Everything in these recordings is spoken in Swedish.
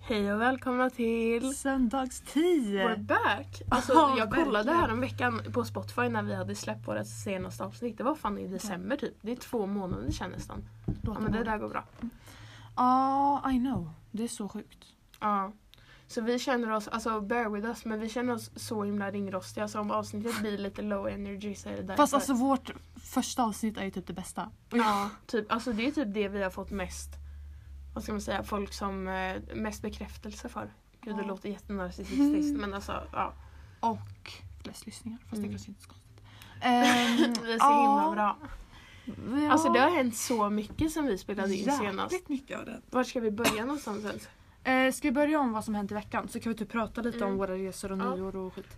Hej och välkomna till Söndagstid. We're back. Alltså jag kollade här en veckan på Spotify när vi hade släppt våra senaste avsnitt. Det var fan i december typ. Det är 2 månader sedan nästan. Ja, men det där går bra. Ja, I know. Det är så sjukt. Ja. Så vi känner oss, alltså bear with us, men vi känner oss så himla ringrostiga. Så om avsnittet blir lite low energy så är det därför. Fast alltså vårt första avsnitt är ju typ det bästa. Ja, typ, alltså det är typ det vi har fått mest, vad ska man säga, folk som mest bekräftelse för. Gud, det låter jättenarcissistiskt, men alltså, ja. Och flest lyssningar, fast det kanske inte är så konstigt. Vi är så himla bra. Ja. Alltså det har hänt så mycket sen vi spelade in senast. Jävligt mycket av det. Var ska vi börja någonstans ens? Ska vi börja om vad som hänt i veckan? Så kan vi typ prata lite om våra resor och nyår och skit.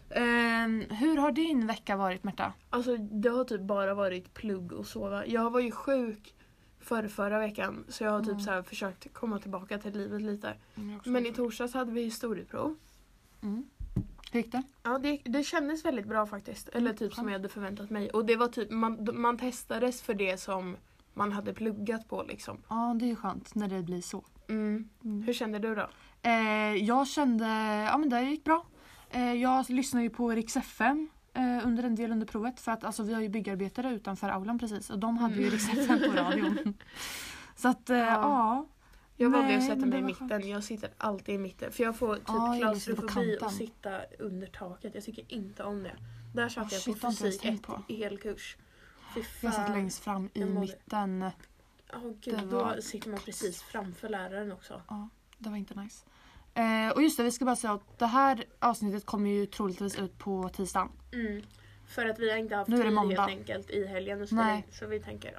Hur har din vecka varit, Märta? Alltså det har typ bara varit plugg och sova. Jag var ju sjuk förra veckan, så jag har typ så här försökt komma tillbaka till livet lite. Men i torsdags hade vi historieprov. Hur gick det? Ja, det kändes väldigt bra faktiskt. Eller typ som jag hade förväntat mig. Och det var typ, man testades för det som man hade pluggat på liksom. Ja, det är ju skönt när det blir så. Hur kände du då? Jag kände, ja men det gick bra. Jag lyssnade ju på Rix FM under en del under provet. För att alltså, vi har ju byggarbetare utanför aulan precis. Och de hade ju Rix FM på radion. Så att, ja. Jag valde att sätta mig i mitten. Skönt. Jag sitter alltid i mitten. För jag får typ klaustrofobi och sitta under taket. Jag tycker inte om det. Där satt jag på fysik 1 i helkurs. Jag satt längst fram i mitten. Gud, då sitter man precis framför läraren också. Ja, det var inte nice. Och just det, vi ska bara säga att det här avsnittet kommer ju troligtvis ut på tisdagen. För att vi har inte haft tid helt enkelt i helgen. Så vi tänker,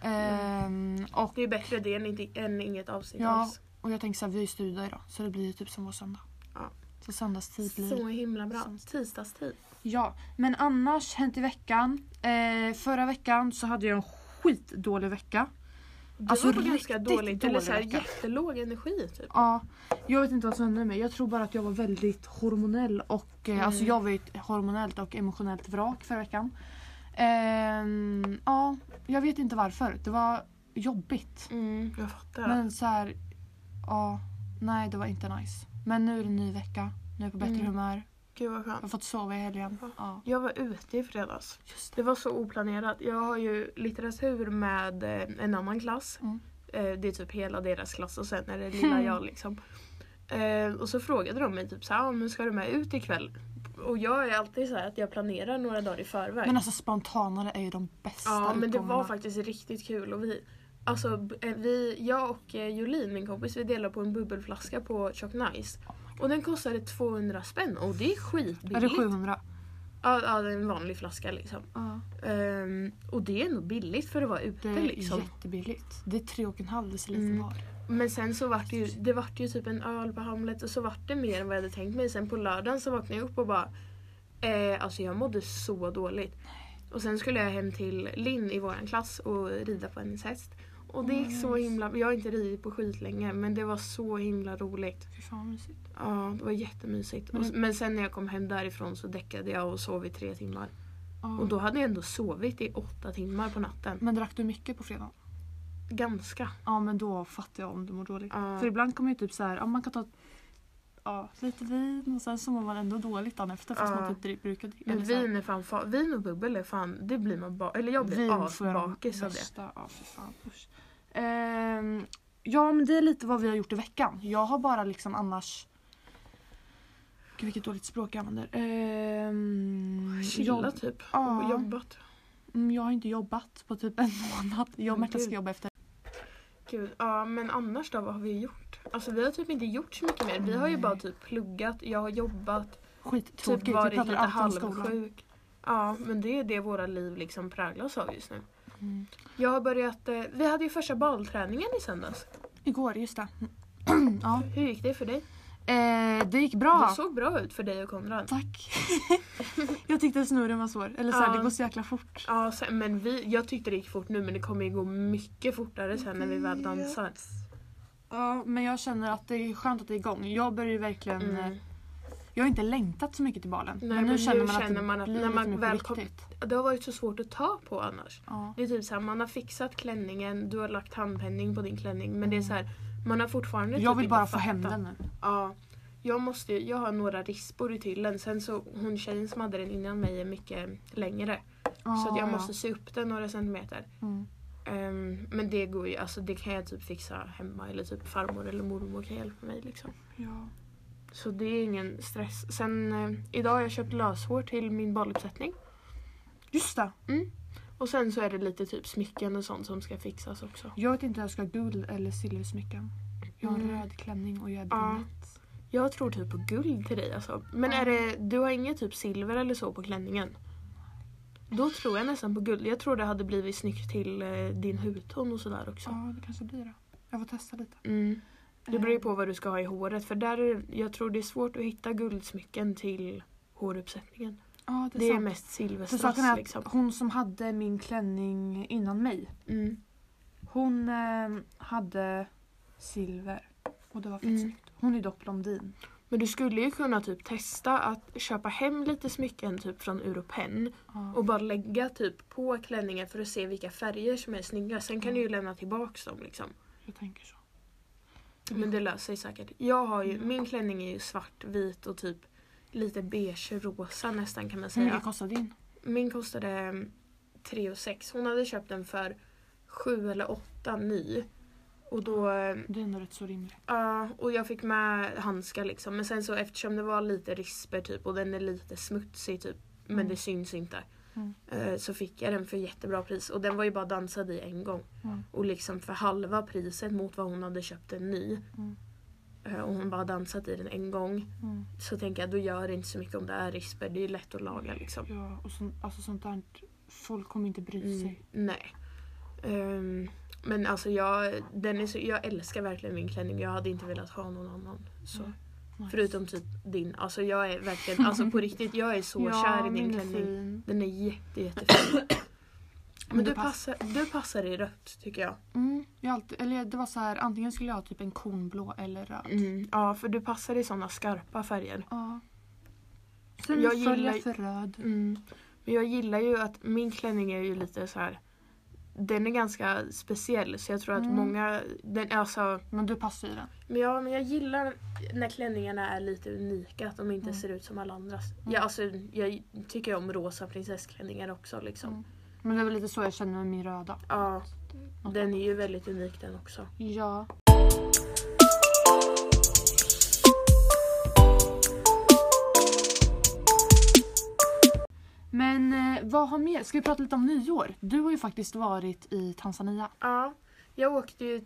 och det är bättre det än inget avsnitt alls. Och jag tänker så här, vi är ju studier idag. Så det blir ju typ som vår söndag. Ja. Så söndagstid blir... Så himla bra. Tisdagstid. Ja, men annars hänt i veckan. Förra veckan så hade jag en skitdålig vecka. Det var ganska dåligt, eller så här jättelåg energi typ. Ja, jag vet inte vad som hände med mig. Jag tror bara att jag var väldigt hormonell. Och alltså jag var ju ett hormonellt och emotionellt vrak förra veckan. Ja, jag vet inte varför. Det var jobbigt. Jag fattar. Men så här, ja, nej det var inte nice. Men nu är det en ny vecka. Nu är jag på bättre humör. Gud vad skönt. Jag har fått sova i helgen. Ja. Jag var ute i fredags. Det var så oplanerat. Jag har ju litteratur med en annan klass. Det är typ hela deras klass och sen är det lilla jag liksom. Och så frågade de mig typ så här, men ska du med ut ikväll? Och jag är alltid så här att jag planerar några dagar i förväg. Men alltså spontanare är ju de bästa. Ja, men det var faktiskt riktigt kul. Och jag och Jolin, min kompis, vi delade på en bubbelflaska på Choc Nice. Och den kostade 200 spänn. Och det är skitbilligt. Är det 700? Ja, det är en vanlig flaska liksom. Och det är ändå billigt för att vara ute liksom. Det är jättebilligt. Det är 3,5 deciliter var. Men sen så vart det ju typ en öl på Hamlet. Och så vart det mer än vad jag hade tänkt mig. Sen på lördagen så vaknade jag upp och bara... alltså jag mådde så dåligt. Och sen skulle jag hem till Linn i våran klass och rida på hennes häst. Och det gick så himla... Jag har inte ridit på skit länge, men det var så himla roligt. Fy fan mysigt. Ja, det var jättemysigt. Men sen när jag kom hem därifrån så däckade jag och sov i 3 timmar. Och då hade jag ändå sovit i 8 timmar på natten. Men drack du mycket på fredag? Ganska. Ja, men då fattar jag om du mår dåligt. För ibland kommer ju typ så här, man kan ta lite vin och sen så mår man ändå dåligt dagen efter fast man typ brukar. Men vin är fan, vin och bubbel är fan, det blir man eller jag blir asbakis av det. Ja, för fan. Usch. Ja, men det är lite vad vi har gjort i veckan. Jag har bara liksom annars... Gud, vilket dåligt språk jag använder. Chilla typ. Och jobbat. Jag har inte jobbat på typ en månad. Jag och Märta ska jobba efter. Gud, men annars då, vad har vi gjort? Alltså vi har typ inte gjort så mycket mer. Vi har ju bara typ pluggat, jag har jobbat. Skittråkigt, typ varit lite halvsjuk. Ja, men det är det våra liv liksom präglas av just nu. Jag har börjat, vi hade ju första ballträningen i söndags. Igår, just det. Ja. Hur gick det för dig? Det gick bra. Det såg bra ut för dig och Konrad. Tack. Jag tyckte snurren var svår. Eller så här, det går så jäkla fort. Ja, men jag tyckte det gick fort nu, men det kommer ju gå mycket fortare sen när vi väl dansar. Ja, men jag känner att det är skönt att det är igång. Jag börjar ju verkligen... Jag har inte längtat så mycket till balen. Nej, men nu känner man att när man väl det har varit så svårt att ta på annars. Det är typ så här, man har fixat klänningen, du har lagt handpenning på din klänning, men det är så här, Man har fortfarande Jag typ vill bara inte få hem fattat. den nu. Ja. Jag har några rispor till den. Sen så hon tjejen som hade den innan mig är mycket längre. Så att jag måste se upp den några centimeter. Men det går ju, alltså det kan jag typ fixa hemma. Eller typ farmor eller mormor kan hjälpa mig liksom. Ja. Så det är ingen stress. Sen idag har jag köpt löshår till min baluppsättning. Just det. Och sen så är det lite typ smycken och sånt som ska fixas också. Jag vet inte om jag ska ha guld eller silversmycken. Jag har en röd klänning och jag är brunett. Jag tror typ på guld till dig alltså. Men är det, du har inget typ silver eller så på klänningen? Då tror jag nästan på guld. Jag tror det hade blivit snyggt till din hudton och sådär också. Ja, det kanske blir det. Jag får testa lite. Det beror ju på vad du ska ha i håret. För där jag tror det är svårt att hitta guldsmycken till håruppsättningen. Ja, det är sant. mest silverstrass. För saken är att liksom. hon som hade min klänning innan mig. Hon hade silver. Och det var fett snyggt. Hon är dock blondin. Men du skulle ju kunna typ testa att köpa hem lite smycken typ från Europen. Och bara lägga typ på klänningen för att se vilka färger som är snygga. Sen kan du ju lämna tillbaka dem liksom. Jag tänker så. Men det löser sig säkert. Jag har ju, min klänning är ju svart, vit och typ lite beige, rosa nästan kan man säga. Hur mycket kostade din? Min kostade 3 600. Hon hade köpt den för 7 eller 8 ny. Och då... Det är ändå rätt så rimligt. Ja, och jag fick med handskar liksom. Men sen så eftersom det var lite risper typ och den är lite smutsig typ. Men det syns inte. Så fick jag den för jättebra pris. Och den var ju bara dansad i en gång. Och liksom för halva priset mot vad hon hade köpt en ny. Och hon bara dansat i den en gång. Så tänker jag, då gör det inte så mycket om det är risper. Det är ju lätt att laga liksom. Ja, och alltså sånt där, folk kommer inte bry sig. Nej. Men alltså jag älskar verkligen min klänning. Jag hade inte velat ha någon annan. Så. Nice. Förutom typ din. Alltså jag är verkligen, alltså på riktigt, jag är så kär i min klänning. Fin. Den är jättefin. Men du passar i rött tycker jag. Det var så här, antingen skulle jag ha typ en kornblå eller röd. Ja, för du passar i såna skarpa färger. Ja. Sen jag gillar för röd. Men jag gillar ju att min klänning är ju lite så här. Den är ganska speciell så jag tror att många men du passar i den. Men jag gillar när klänningarna är lite unika, att de inte ser ut som alla andras. Jag tycker om rosa prinsessklänningar också liksom. Men det är väl lite så jag känner med min röda. Ja. Den är ju väldigt unik den också. Ja. Men vad har mer? Ska vi prata lite om nyår? Du har ju faktiskt varit i Tanzania. Ja, jag åkte ju,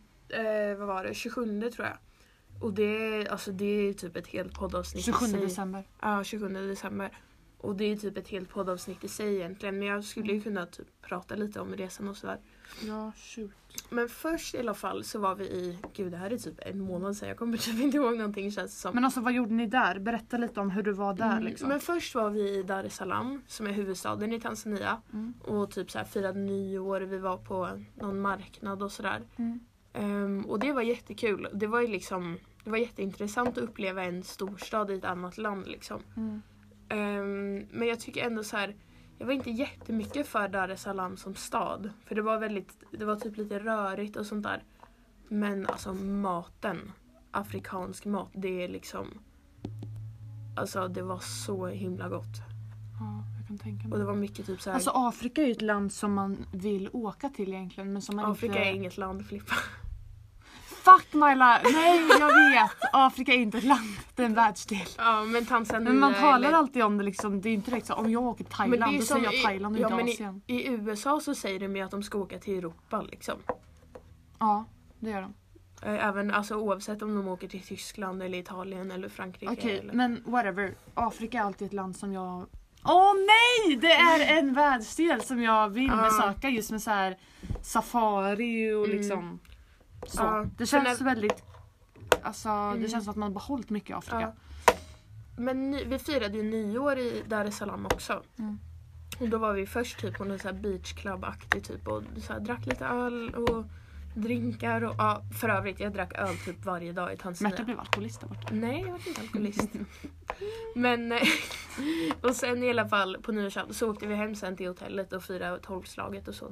27 tror jag. Och det är typ ett helt poddavsnitt 27 december. Ja, 27 december. Och det är typ ett helt poddavsnitt i sig egentligen. Men jag skulle ju kunna typ prata lite om resan och sådär. Ja, shoot. Men först i alla fall så var vi i... Gud, det här är typ en månad sedan. Jag kommer typ inte ihåg någonting känns det som. Men alltså vad gjorde ni där? Berätta lite om hur du var där liksom. Men först var vi i Dar es Salaam som är huvudstaden i Tanzania. Och typ så här firade nyår. Vi var på någon marknad och sådär. Och det var jättekul. Det var ju liksom... Det var jätteintressant att uppleva en storstad i ett annat land liksom. Men jag tycker ändå så här. Jag var inte jättemycket för Dar es Salaam som stad. För det var typ lite rörigt och sånt där. Men alltså maten, afrikansk mat, det är liksom... Alltså det var så himla gott. Ja, jag kan tänka mig. Och det var mycket typ så här... Alltså Afrika är ju ett land som man vill åka till egentligen. Men som man Afrika inte... är inget land, Filippa. Fuck my life! Nej, jag vet! Afrika är inte ett land, det är en världsdel. Ja, men Tanzania... Men man talar alltid om det liksom, det är inte direkt så, om jag åker till Thailand, då säger jag Thailand och inte Asien. I USA så säger de ju att de ska åka till Europa liksom. Ja, det gör de. Även alltså, oavsett om de åker till Tyskland eller Italien eller Frankrike. Okej, men whatever. Afrika är alltid ett land som jag... nej! Det är en världsdel som jag vill besöka just med så här safari och liksom... Så. Det känns väldigt... Alltså, det känns som att man har behållit mycket i Afrika. Ja. Men vi firade ju nyår i Dar es Salaam också. Och då var vi först typ på någon så här beachclub-aktig typ och så här, drack lite öl och drinkar och för övrigt jag drack öl typ varje dag i Tanzania. Märta blev alkoholist där borta. Nej, jag var inte alkoholist. Men och sen i alla fall på nyårsafton så åkte vi hem sen till hotellet och firade 12-slaget och så där.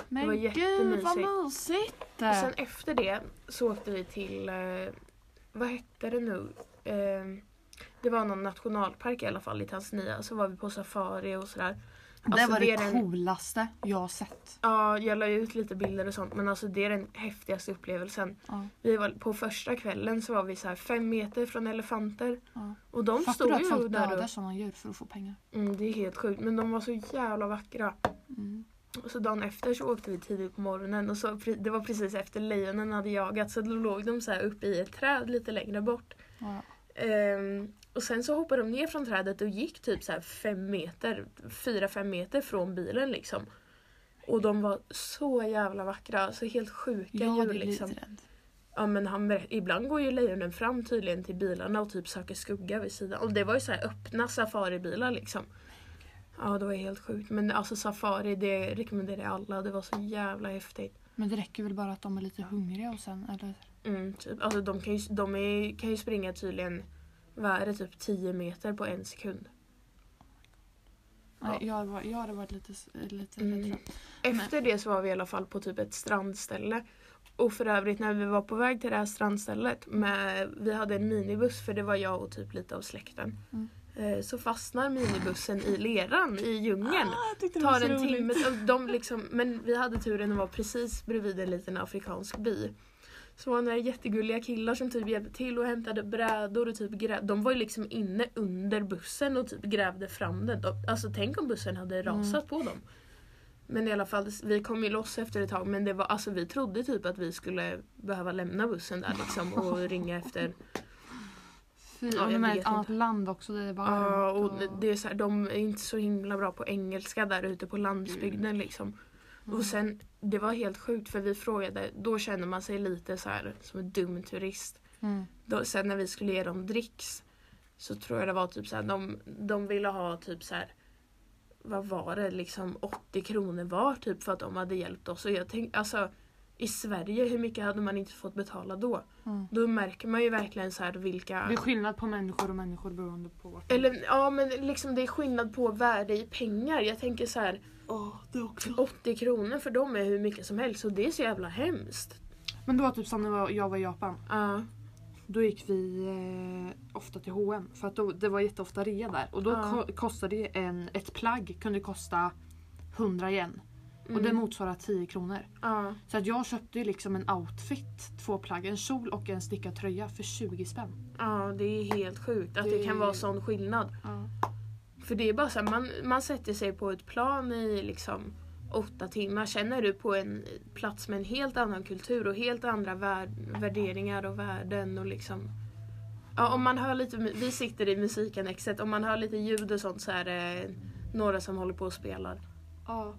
Men det var gud jättemysigt. vad mysigt! Och sen efter det så åkte vi till, vad hette det nu? Det var någon nationalpark i alla fall i Tanzania. Så var vi på safari och sådär. Det var det coolaste jag har sett. Ja, jag la ut lite bilder och sånt. Men alltså det är den häftigaste upplevelsen. Ja. Vi var, på första kvällen så var vi så här 5 meter från elefanter. Ja. Och de Fattar stod du att ju folk där dödar sådana djur för att få pengar? Det är helt sjukt. Men de var så jävla vackra. Och så dagen efter så åkte vi tidigt på morgonen. Och så, det var precis efter lejonen hade jagat. Så då låg de så här uppe i ett träd lite längre bort. Ja. Och sen så hoppade de ner från trädet och gick typ så här 4-5 meter från bilen liksom. Och de var så jävla vackra. Så helt sjuka djur liksom. Ja, men ibland går ju lejonen fram tydligen till bilarna och typ söker skugga vid sidan. Och det var ju så här öppna safaribilar liksom. Ja, det var helt sjukt. Men alltså safari, det rekommenderar jag alla. Det var så jävla häftigt. Men det räcker väl bara att de är lite hungriga och sen, eller? Typ. Alltså de kan ju springa tydligen, vad är det, typ 10 meter på 1 sekund. Nej, jag hade varit lite rädd. Efter det så var vi i alla fall på typ ett strandställe. Och för övrigt när vi var på väg till det här strandstället, vi hade en minibuss för det var jag och typ lite av släkten. Så fastnar minibussen i leran i djungeln. Tar en timme. Men vi hade turen att vara precis bredvid en liten afrikansk by. Så var det några jättegulliga killar som typ hjälpte till och hämtade brädor och typ de var ju liksom inne under bussen och typ grävde fram den. Alltså tänk om bussen hade rasat på dem. Men i alla fall, vi kom ju loss efter ett tag. Men det var, alltså vi trodde typ att vi skulle behöva lämna bussen där liksom och ringa efter. Ja, de är ett annat land också. Det är varmt. Och det är så här, de är inte så himla bra på engelska där ute på landsbygden liksom. Och sen, det var helt sjukt för vi frågade, då känner man sig lite så här som en dum turist. Sen när vi skulle ge dem dricks så tror jag det var typ så här, de ville ha typ så här, vad var det, liksom 80 kronor var typ för att de hade hjälpt oss. Och jag tänkte, alltså i Sverige, hur mycket hade man inte fått betala då? Då märker man ju verkligen så här vilka... Det är skillnad på människor och människor beroende på vart. Eller, ja men liksom det är skillnad på värde i pengar. Jag tänker så här, det också. 80 kronor för dem är hur mycket som helst. Och det är så jävla hemskt. Men det var typ som när jag var i Japan. Då gick vi ofta till H&M för att det var jätteofta rea där. Och då kostade ett plagg kunde kosta 100 yen. Och det motsvarar 10 kronor. Så att jag köpte liksom en outfit, 2 plagg, en kjol och en stickad tröja för 20 spänn. Ja, det är helt sjukt att det kan vara sån skillnad. För det är bara så här, man sätter sig på ett plan i liksom 8 timmar. Känner du på en plats med en helt annan kultur och helt andra värderingar och värden och liksom... Ja, om man hör lite, vi sitter i musikannexet, om man hör lite ljud och sånt så är det några som håller på och spelar. Ja.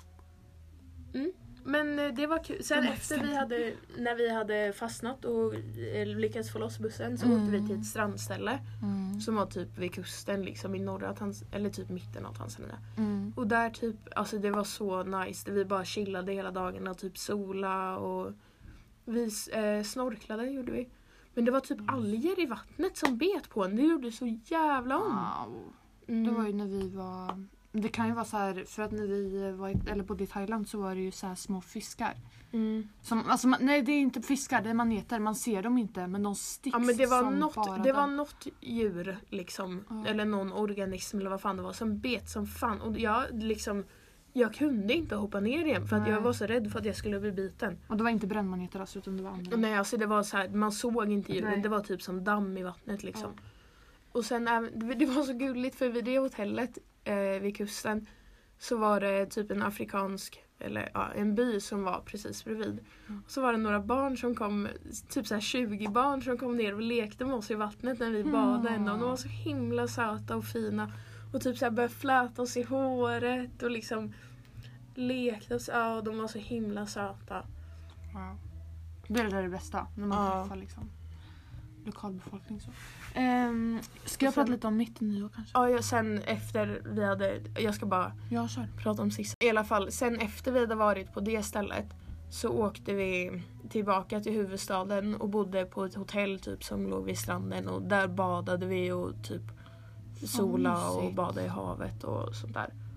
Men det var kul. Sen när vi hade fastnat och lyckats få loss bussen så åkte vi till ett strandställe som var typ vid kusten liksom i norra eller typ mitten av Tanzania. Och där typ, alltså det var så nice. Vi bara chillade hela dagen och typ sola och vi snorklade gjorde vi. Men det var typ alger i vattnet som bet på en. Det gjorde så jävla ont. Det var ju när vi var... Det kan ju vara så här, för att när vi var bodde i Thailand så var det ju så här små fiskar. Som, alltså, nej, det är inte fiskar, det är maneter. Man ser dem inte, men de sticks. Ja, men det var något djur liksom, eller någon organism eller vad fan det var som bet som fan. Och jag kunde inte hoppa ner igen för att jag var så rädd för att jag skulle bli biten. Och det var inte brännmaneter alltså, utan det var andra. Nej, alltså det var så här, man såg inte djuren. Nej. Det var typ som damm i vattnet liksom. Och sen, det var så gulligt för vid det hotellet vid kusten så var det typ en afrikansk eller en by som var precis bredvid. Och så var det några barn som kom, typ så här 20 barn som kom ner och lekte med oss i vattnet när vi badade. Och de var så himla söta och fina och typ så här började fläta oss i håret och liksom lekte oss. Ja, de var så himla söta. Wow. Det är det bästa när man träffar liksom lokalbefolkning så. Ska jag prata lite om mitt nyår kanske? Ja, sen efter vi hade... Jag ska bara prata om sista. I alla fall, sen efter vi hade varit på det stället så åkte vi tillbaka till huvudstaden och bodde på ett hotell typ som låg vid stranden. Och där badade vi och typ sola och badade i havet och sånt där.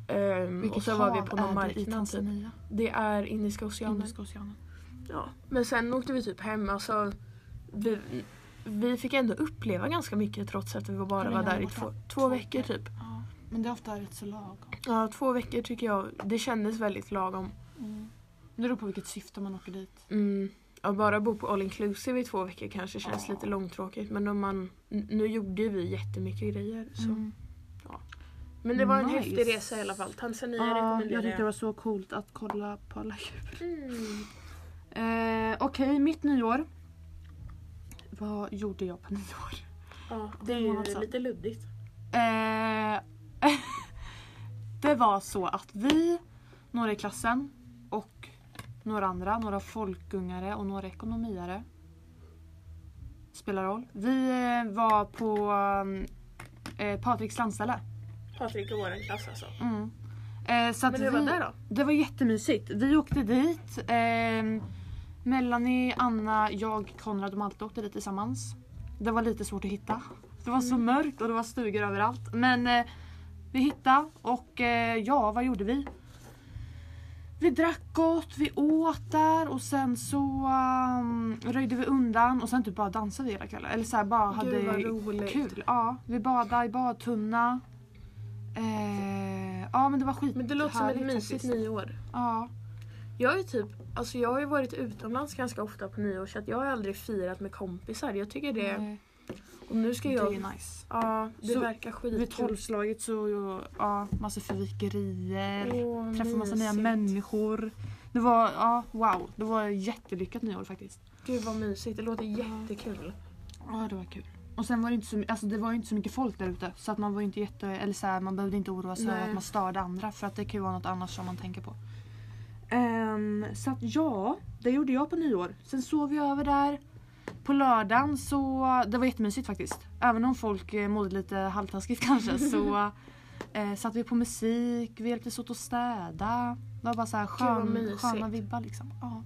Och så var vi på någon i marknad typ. Tanzania? Det är Indiska oceanen. Indiska oceanen. Ja. Men sen åkte vi typ hem. Alltså, vi fick ändå uppleva ganska mycket trots att vi bara var där i två veckor typ. Ja, men det är ofta rätt så lagom. Ja, 2 veckor tycker jag. Det kändes väldigt lagom. Det beror på vilket syfte man åker dit. Att bara bo på all inclusive i 2 veckor kanske känns lite långtråkigt. Men om nu gjorde vi jättemycket grejer. Så, ja. Men det var en häftig resa i alla fall. Tanzania rekommenderar jag tyckte det var så coolt att kolla på alla djur. Okej, mitt nyår. Vad gjorde jag på nyår? Ja, det är ju lite luddigt. Det var så att vi, några i klassen och några folkungare och några ekonomiare, spelar roll. Vi var på Patriks landställe. Patrik och våran klass alltså. Så att men hur var det då? Det var jättemysigt. Vi åkte dit. Melanie, Anna, jag, Konrad och Malte åkte dit tillsammans. Det var lite svårt att hitta. Det var så mörkt och det var stugor överallt. Men vi hittade och vad gjorde vi? Vi drack gott, vi åt där och sen så röjde vi undan och sen typ bara dansade vi hela kvällen. Eller så här, bara hade kul. Ja, vi badade i badtunna. Men det var skit. Men det låter som ett mysigt nyår. Ja. Jag har ju varit utomlands ganska ofta på nyår så att jag har aldrig firat med kompisar. Jag tycker det. Och nu ska jag. Det är nice. Ja, det så verkar skitkul. Vid 12-slaget så massa förvikerier. Träffade massa nya människor. Det var wow, det var jättelyckat nyår faktiskt. Gud vad mysigt. Det låter jättekul. Ja, det var kul. Och sen var det inte så det var inte så mycket folk där ute så att man var inte man behövde inte oroa sig över att man störde andra för att det kan ju vara något annat som man tänker på. Så att det gjorde jag på nyår. Sen sov vi över där. På lördagen så det var jättemysigt faktiskt. Även om folk mådde lite halvtaskigt kanske så satt vi på musik, vi hjälptes åt att städa. Det var bara så här sköna vibbar liksom. Ja.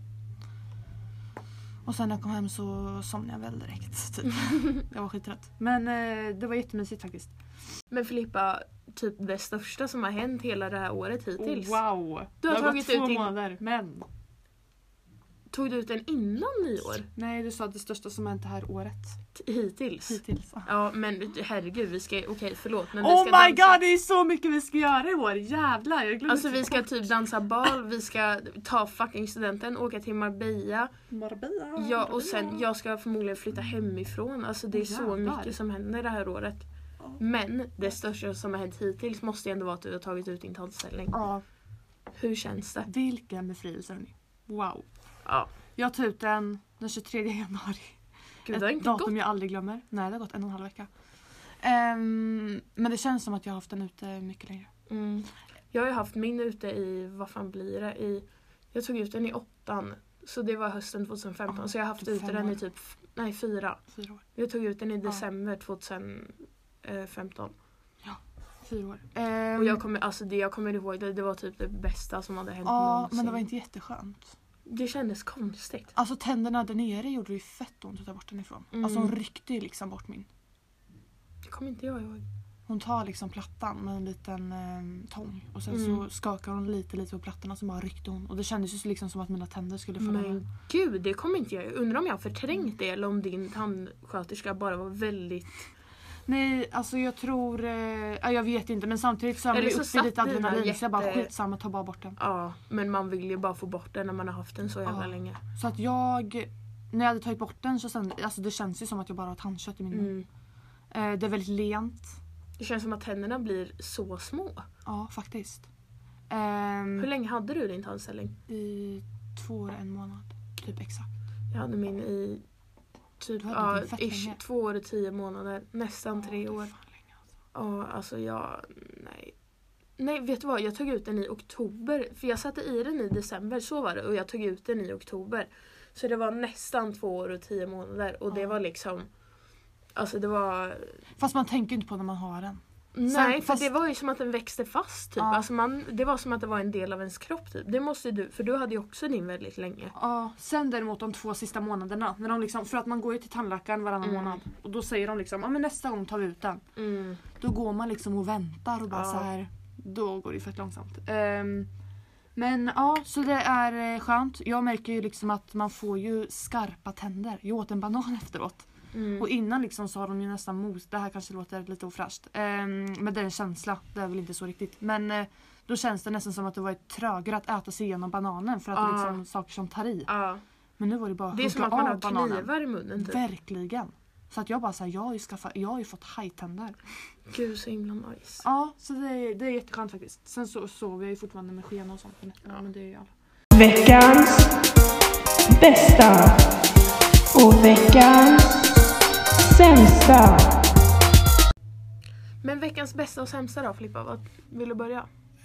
Och sen när jag kom hem så somnade jag väl direkt typ. Jag var skittrött. Men det var jättemysigt faktiskt. Men Filippa, typ det största som har hänt hela det här året hittills. Wow! Du har tagit ut 2 månader, men... Tog du ut den innan nyår? Nej, du sa att det största som har hänt det här året. Hittills. Ja, men herregud, vi ska... Okej, förlåt. Men vi ska my god, det är så mycket vi ska göra i år. Jävlar, jag glömde. Alltså vi ska typ dansa bal, vi ska ta fucking studenten, åka till Marbella. Ja, och sen jag ska förmodligen flytta hemifrån. Alltså det är så mycket som händer det här året. Men det största som har hänt hittills måste ändå vara att du har tagit ut din tandställning. Ja. Hur känns det? Vilken befrielse, hörni. Wow. Ja. Jag tog ut den 23 januari. Gud, ett datum jag aldrig glömmer. Nej, det har gått 1,5 vecka. Men det känns som att jag har haft den ute mycket längre. Jag har ju haft min ute i, vad fan blir det? Jag tog ut den i 8. Så det var hösten 2015. Så jag har haft ute den i typ 4 år. Jag tog ut den i december 2015. Ja, 4 år. Och jag kommer ihåg det var typ det bästa som hade hänt någonsin. Men det var inte jätteskönt. Det kändes konstigt. Alltså tänderna där nere gjorde ju fett ont att ta bort den ifrån. Alltså hon ryckte ju liksom bort min. Det kommer inte jag ihåg. Hon tar liksom plattan med en liten tång. Och sen så skakar hon lite på plattorna så bara ryckte hon. Och det kändes ju liksom som att mina tänder skulle falla. Men gud, det kommer inte jag. Undrar om jag har förträngt det eller om din tandsköterska bara var väldigt... Nej, alltså jag tror... jag vet inte, men samtidigt så har man ju uppe lite adrenalin. Så jag bara skitsamma, ta bara bort den. Ja, men man vill ju bara få bort den när man har haft den så jävla länge. Så att när jag hade tagit bort den så sen, alltså det känns ju som att jag bara har tandkött i min mun. Det är väldigt lent. Det känns som att tänderna blir så små. Ja, faktiskt. Hur länge hade du din tandställning? I 2 år, 1 månad. Typ exakt. Jag hade min i... Typ 2 år och 10 månader. Nästan 3 år. Ja, alltså Nej, vet du vad? Jag tog ut den i oktober. För jag satte i den i december, så var det. Och jag tog ut den i oktober. Så det var nästan 2 år och 10 månader. Och det var liksom... Alltså det var... Fast man tänker inte på när man har den. Nej, för det var ju som att den växte fast typ. Alltså det var som att det var en del av ens kropp typ. Det måste du, för du hade ju också din väldigt länge. Ja, sen däremot de 2 sista månaderna när de liksom, för att man går ju till tandläkaren varannan månad och då säger de liksom, men nästa gång tar vi ut den. Då går man liksom och väntar och bara så här, då går det fett långsamt. Men ja, så det är skönt. Jag märker ju liksom att man får ju skarpa tänder. Jag åt en banan efteråt. Och innan liksom så har de ju nästan mos. Det här kanske låter lite ofräscht. Men det är en känsla. Det är väl inte så riktigt. Men då känns det nästan som att det var trögare att äta sig igenom bananen. För att det liksom saker som tar i. Men nu var det bara det är som att man har knivar i munnen typ. Verkligen. Så att jag bara såhär, jag har ju fått hajtänder. Gud, så himla nice. Ja, så det är jätteskönt faktiskt. Sen så sover jag ju fortfarande med sken och sånt. Men det är ju alla. Veckans bästa och veckans sämsta. Men veckans bästa och sämsta då, Filippa? Vad vill du börja?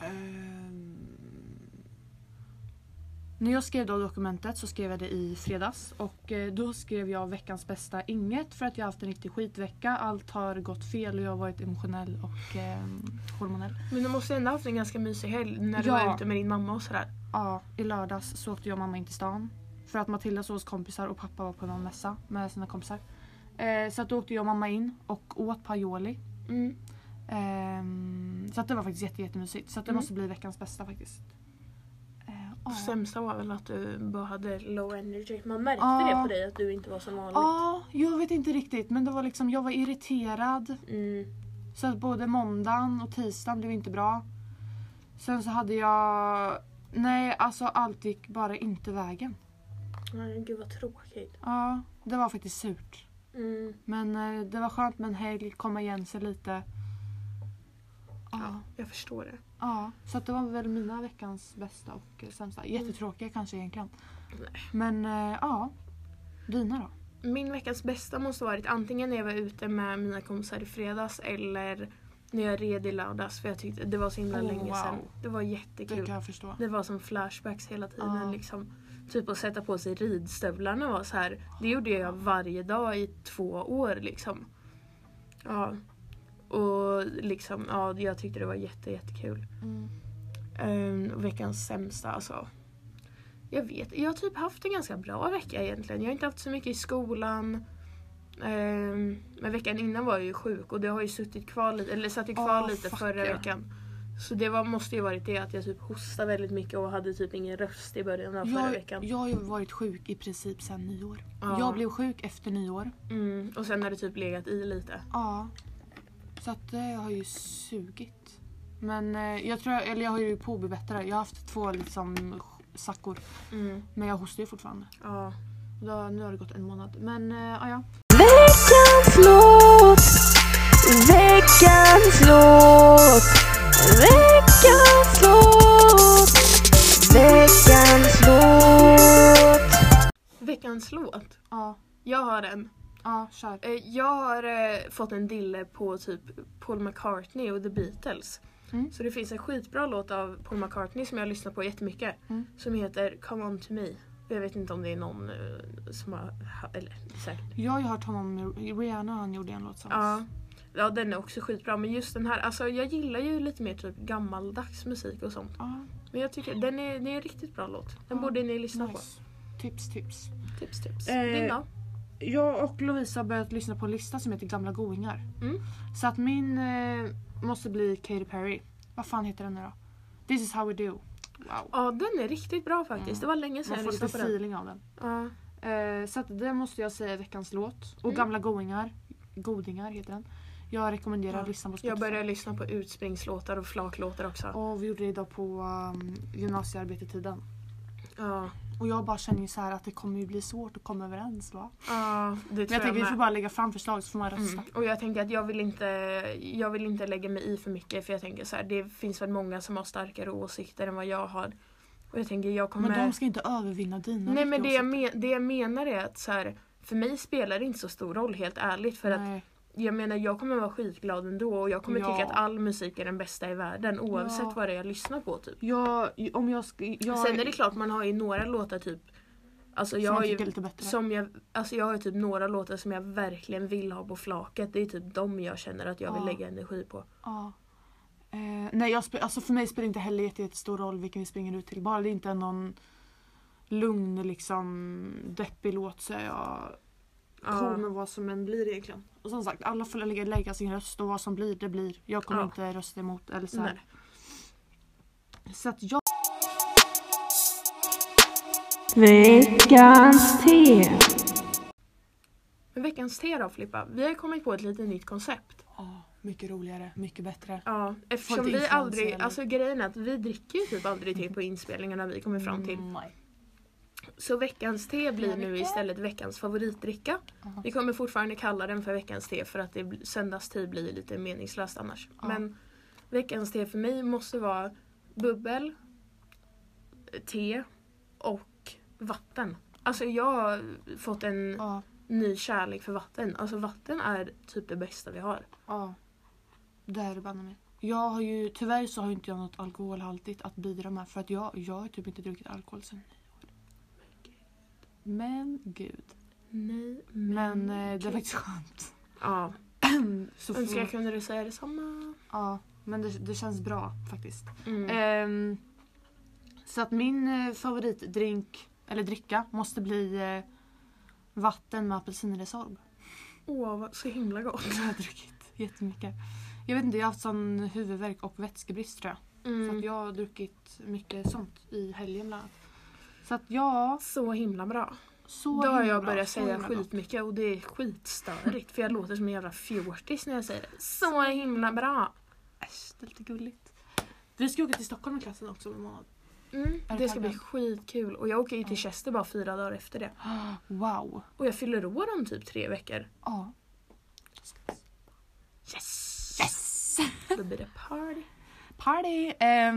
När jag skrev då dokumentet så skrev jag det i fredags. Och då skrev jag veckans bästa inget. För att jag har haft en riktig skitvecka. Allt har gått fel och jag har varit emotionell och hormonell. Men du måste ändå ha haft en ganska mysig helg när du var ute med din mamma och sådär. Ja, i lördags så åkte jag och mamma in till stan. För att Matilda så hos kompisar och pappa var på någon mässa med sina kompisar. Så att då åkte jag och mamma in och åt på aioli. Så att det var faktiskt jättemysigt. Så att det måste bli veckans bästa faktiskt. Sämsta var väl att du bara hade low energy. Man märkte det på dig att du inte var som vanligt. Ja, jag vet inte riktigt. Men det var liksom, jag var irriterad. Så att både måndagen och tisdagen blev inte bra. Sen så hade jag... Nej, alltså allt gick bara inte vägen. Nej, gud vad tråkigt. Ja, det var faktiskt surt. Men det var skönt med en helg, komma igen sig lite. Ja, jag förstår det. Ja, så att det var väl mina veckans bästa och sämsta. Jättetråkiga kanske egentligen. Nej. Men ja, dina då? Min veckans bästa måste varit antingen när jag var ute med mina kompisar i fredags eller när jag red i lördags. För jag tyckte det var så himla länge sedan. Det var jättekul. Det kan jag förstå. Det var som flashbacks hela tiden liksom. Typ att sätta på sig ridstövlarna var så här. Det gjorde jag varje dag i 2 år liksom. Ja. Och liksom, ja, jag tyckte det var jättekul. Veckans sämsta alltså. Jag vet, jag har typ haft en ganska bra vecka egentligen. Jag har inte haft så mycket i skolan. Men veckan innan var jag ju sjuk och det har ju suttit kvar lite, eller satt kvar lite förra veckan. Så det måste ju varit det att jag typ hostade väldigt mycket och hade typ ingen röst i början av förra veckan. Jag har ju varit sjuk i princip sedan nyår. Jag blev sjuk efter nyår. Och sen har det typ legat i lite. Ja. Så att det har ju sugit. Men jag har ju påbebättrat. Jag har haft 2 liksom sackor. Men jag hostar ju fortfarande. Ja. Nu har det gått 1 månad. Men ja. Veckans låt. Veckans låt. Veckans låt. Veckans låt. Veckans låt? Ja. Jag har en. Ja, kör. Jag har fått en dille på typ Paul McCartney och The Beatles. Så det finns en skitbra låt av Paul McCartney som jag lyssnar på jättemycket. Som heter Come On To Me. Jag vet inte om det är någon som har... Eller säkert. Jag har ju hört honom med Rihanna, han gjorde en låt som. Ja, den är också skitbra. Men just den här, alltså jag gillar ju lite mer typ gammaldags musik och sånt. Men jag tycker det är en riktigt bra låt. Den borde ni lyssna på. Tips. Tips. Din då? Jag och Lovisa har börjat lyssna på en lista som heter Gamla Goingar. Så att min måste bli Katy Perry. Vad fan heter den nu då? This is how we do. Wow. Ja, den är riktigt bra faktiskt. Det var länge sedan jag lyssnade på den. Man får lite feeling av den. Så att det måste jag säga är veckans låt. Och Gamla Godingar heter den. Jag rekommenderar listan på Spotify. Jag började lyssna på utspringslåtar och flaklåtar också. Och vi gjorde det idag på gymnasiearbetetiden. Ja. Och jag bara känner ju så här att det kommer ju bli svårt att komma överens, va? Ja, det tror jag. Men jag tänker vi får bara lägga fram förslag så får man rösta. Och jag tänker att jag vill inte lägga mig i för mycket. För jag tänker så här, det finns väl många som har starkare åsikter än vad jag har. Och jag tänker jag kommer... Men de ska inte övervinna dina. Nej, men det jag menar är att så här, för mig spelar det inte så stor roll, helt ärligt. För att jag menar, jag kommer vara skitglad ändå. Och jag kommer tycka att all musik är den bästa i världen. Oavsett vad det är jag lyssnar på typ. Sen är det klart, man har ju några låtar typ. Alltså jag har ju lite bättre. Jag har ju typ några låtar som jag verkligen vill ha på flaket. Det är typ de jag känner att jag vill lägga energi på. Nej, alltså för mig spelar det inte heller jättestor roll vilken vi springer ut till. Bara det inte är någon lugn liksom deppig låt så är jag cool med vad som än blir egentligen. Och som sagt, alla får lägga sin röst och vad som blir, det blir. Jag kommer inte rösta emot eller så här. Så att jag... Veckans te. Men veckans te då, Filippa. Vi har kommit på ett lite nytt koncept. Mycket roligare, mycket bättre. Ja, eftersom Folk vi influencer, aldrig... eller? Alltså grejen är att vi dricker ju typ aldrig te på inspelningarna vi kommer fram till. Nej. Så veckans te blir nu istället veckans favoritdricka. Vi kommer fortfarande kalla den för veckans te för att söndagstid blir lite meningslöst annars. Ja. Men veckans te för mig måste vara bubbel, te och vatten. Alltså jag har fått en ny kärlek för vatten. Alltså vatten är typ det bästa vi har. Ja. Det är det banne mig. Jag har ju, tyvärr så har ju inte jag något alkoholhaltigt att bidra med. För att jag har typ inte druckit alkohol sedan 9 år. Men gud. Nej, Men det är faktiskt skönt. Ja, Så önskar jag kunde säga detsamma. Ja, men det känns bra faktiskt. Mm. Så att min favoritdrink, eller dricka, måste bli vatten med apelsinresorb. Vad så himla gott. Jag har druckit jättemycket. Jag vet inte, jag har haft sån huvudvärk och vätskebrist tror jag. Så att jag har druckit mycket sånt i helgen bland annat. Så att ja, Så himla bra. så Då har himla jag bra, börjat så säga himla gott. skitmycket och det är skitstörigt för jag låter som en jävla fjortis när jag säger det. Så himla bra. Äsch, det är lite gulligt. Vi ska åka till Stockholm med klassen också om en månad. Det ska bli taggad? skitkul och jag åker ju till Chester bara 4 dagar efter det. Wow. Och jag fyller år om typ 3 veckor. Ja. Yes! Yes! Då blir det party. Party!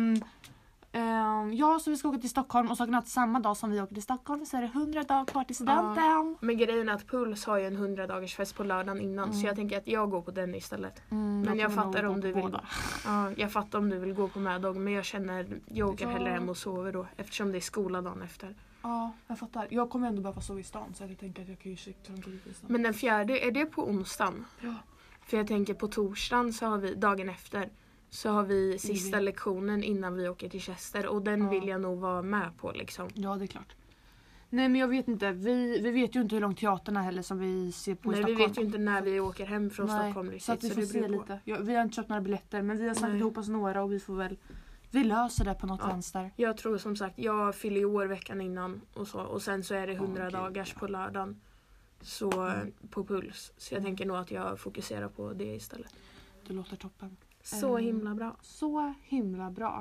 Ja, så vi ska åka till Stockholm och så samma dag som vi åker till Stockholm så är det 100 dagar kvar till studenten. Men grejen är att Puls har ju en 100-dagarsfest på lördagen innan så jag tänker att jag går på den istället. Men jag fattar om du vill. Ja, jag fattar om du vill gå på Mädog men jag känner jag åker hellre hem och sover då eftersom det är skola dagen efter. Ja, jag fattar. Jag kommer ändå behöva sova i stan så jag tänker att jag kan ju cykla omkring i stan. Men den 4:e, är det på onsdagen? Ja. För jag tänker på torsdagen så har vi, dagen efter, så har vi sista lektionen innan vi åker till Chester. Och den vill jag nog vara med på liksom. Ja, det är klart. Nej, men jag vet inte. Vi vet ju inte hur långt teaterna heller som vi ser på i Nej, Stockholm. vi vet ju inte när vi åker hem från Stockholm riktigt. Så att vi får det se beror på. lite. Ja, vi har inte köpt några biljetter men vi har samlat ihop oss några och vi får väl... Vi löser det på något vänster. Jag tror som sagt, jag fyller i år veckan innan och så. Och sen så är det 100 dagars på lördagen. Så på Puls. Så jag tänker nog att jag fokuserar på det istället. Det låter toppen. Så himla bra. Så himla bra.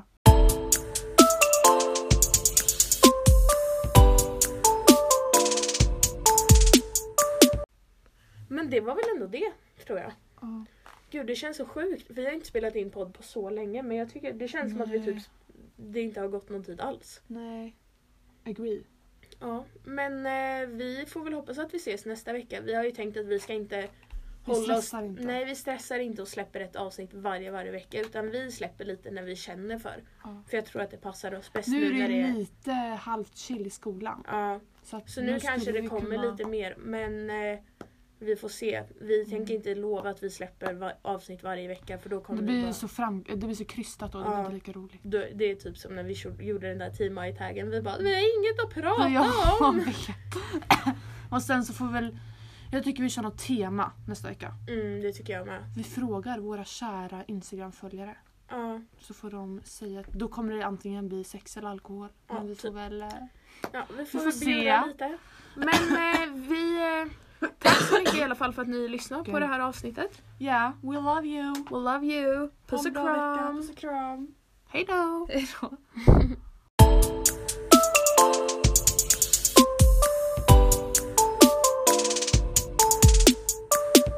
Men det var väl ändå det, tror jag. Ja. Gud, det känns så sjukt. Vi har inte spelat in podd på så länge. Men jag tycker det känns som att vi typ det inte har gått någon tid alls. Nej. Agree. Ja, men vi får väl hoppas att vi ses nästa vecka. Vi har ju tänkt att vi ska inte hålla oss... stressar inte. Nej, vi stressar inte och släpper ett avsnitt varje vecka. Utan vi släpper lite när vi känner för. Ja. För jag tror att det passar oss bäst Nu är när det det är... lite halvt chill i skolan. Ja, Så så nu kanske skulle det vi kommer kunna- lite mer. Men vi får se. Vi tänker inte lova att vi släpper avsnitt varje vecka. För då kommer Det vi blir, bara... det blir så krystat och det Ja. blir inte lika roligt. Det är typ som när vi gjorde den där Team I-taggen. Vi bara, vi har inget att prata Ja, om. jag vet. Och sen så får väl... Jag tycker vi kör något tema nästa vecka. Det tycker jag med. Vi frågar våra kära Instagram-följare. Ja, Så får de säga att då kommer det antingen bli sex eller alkohol. Ja, Men vi får typ. väl... ja vi får får väl bjuda se. lite. Men vi... tack så mycket i alla fall för att ni lyssnar på Gud. det här avsnittet. Yeah, we love you. We love you. Puss Ha och en bra vecka. kram. Puss och kram. Hej då. Hej då.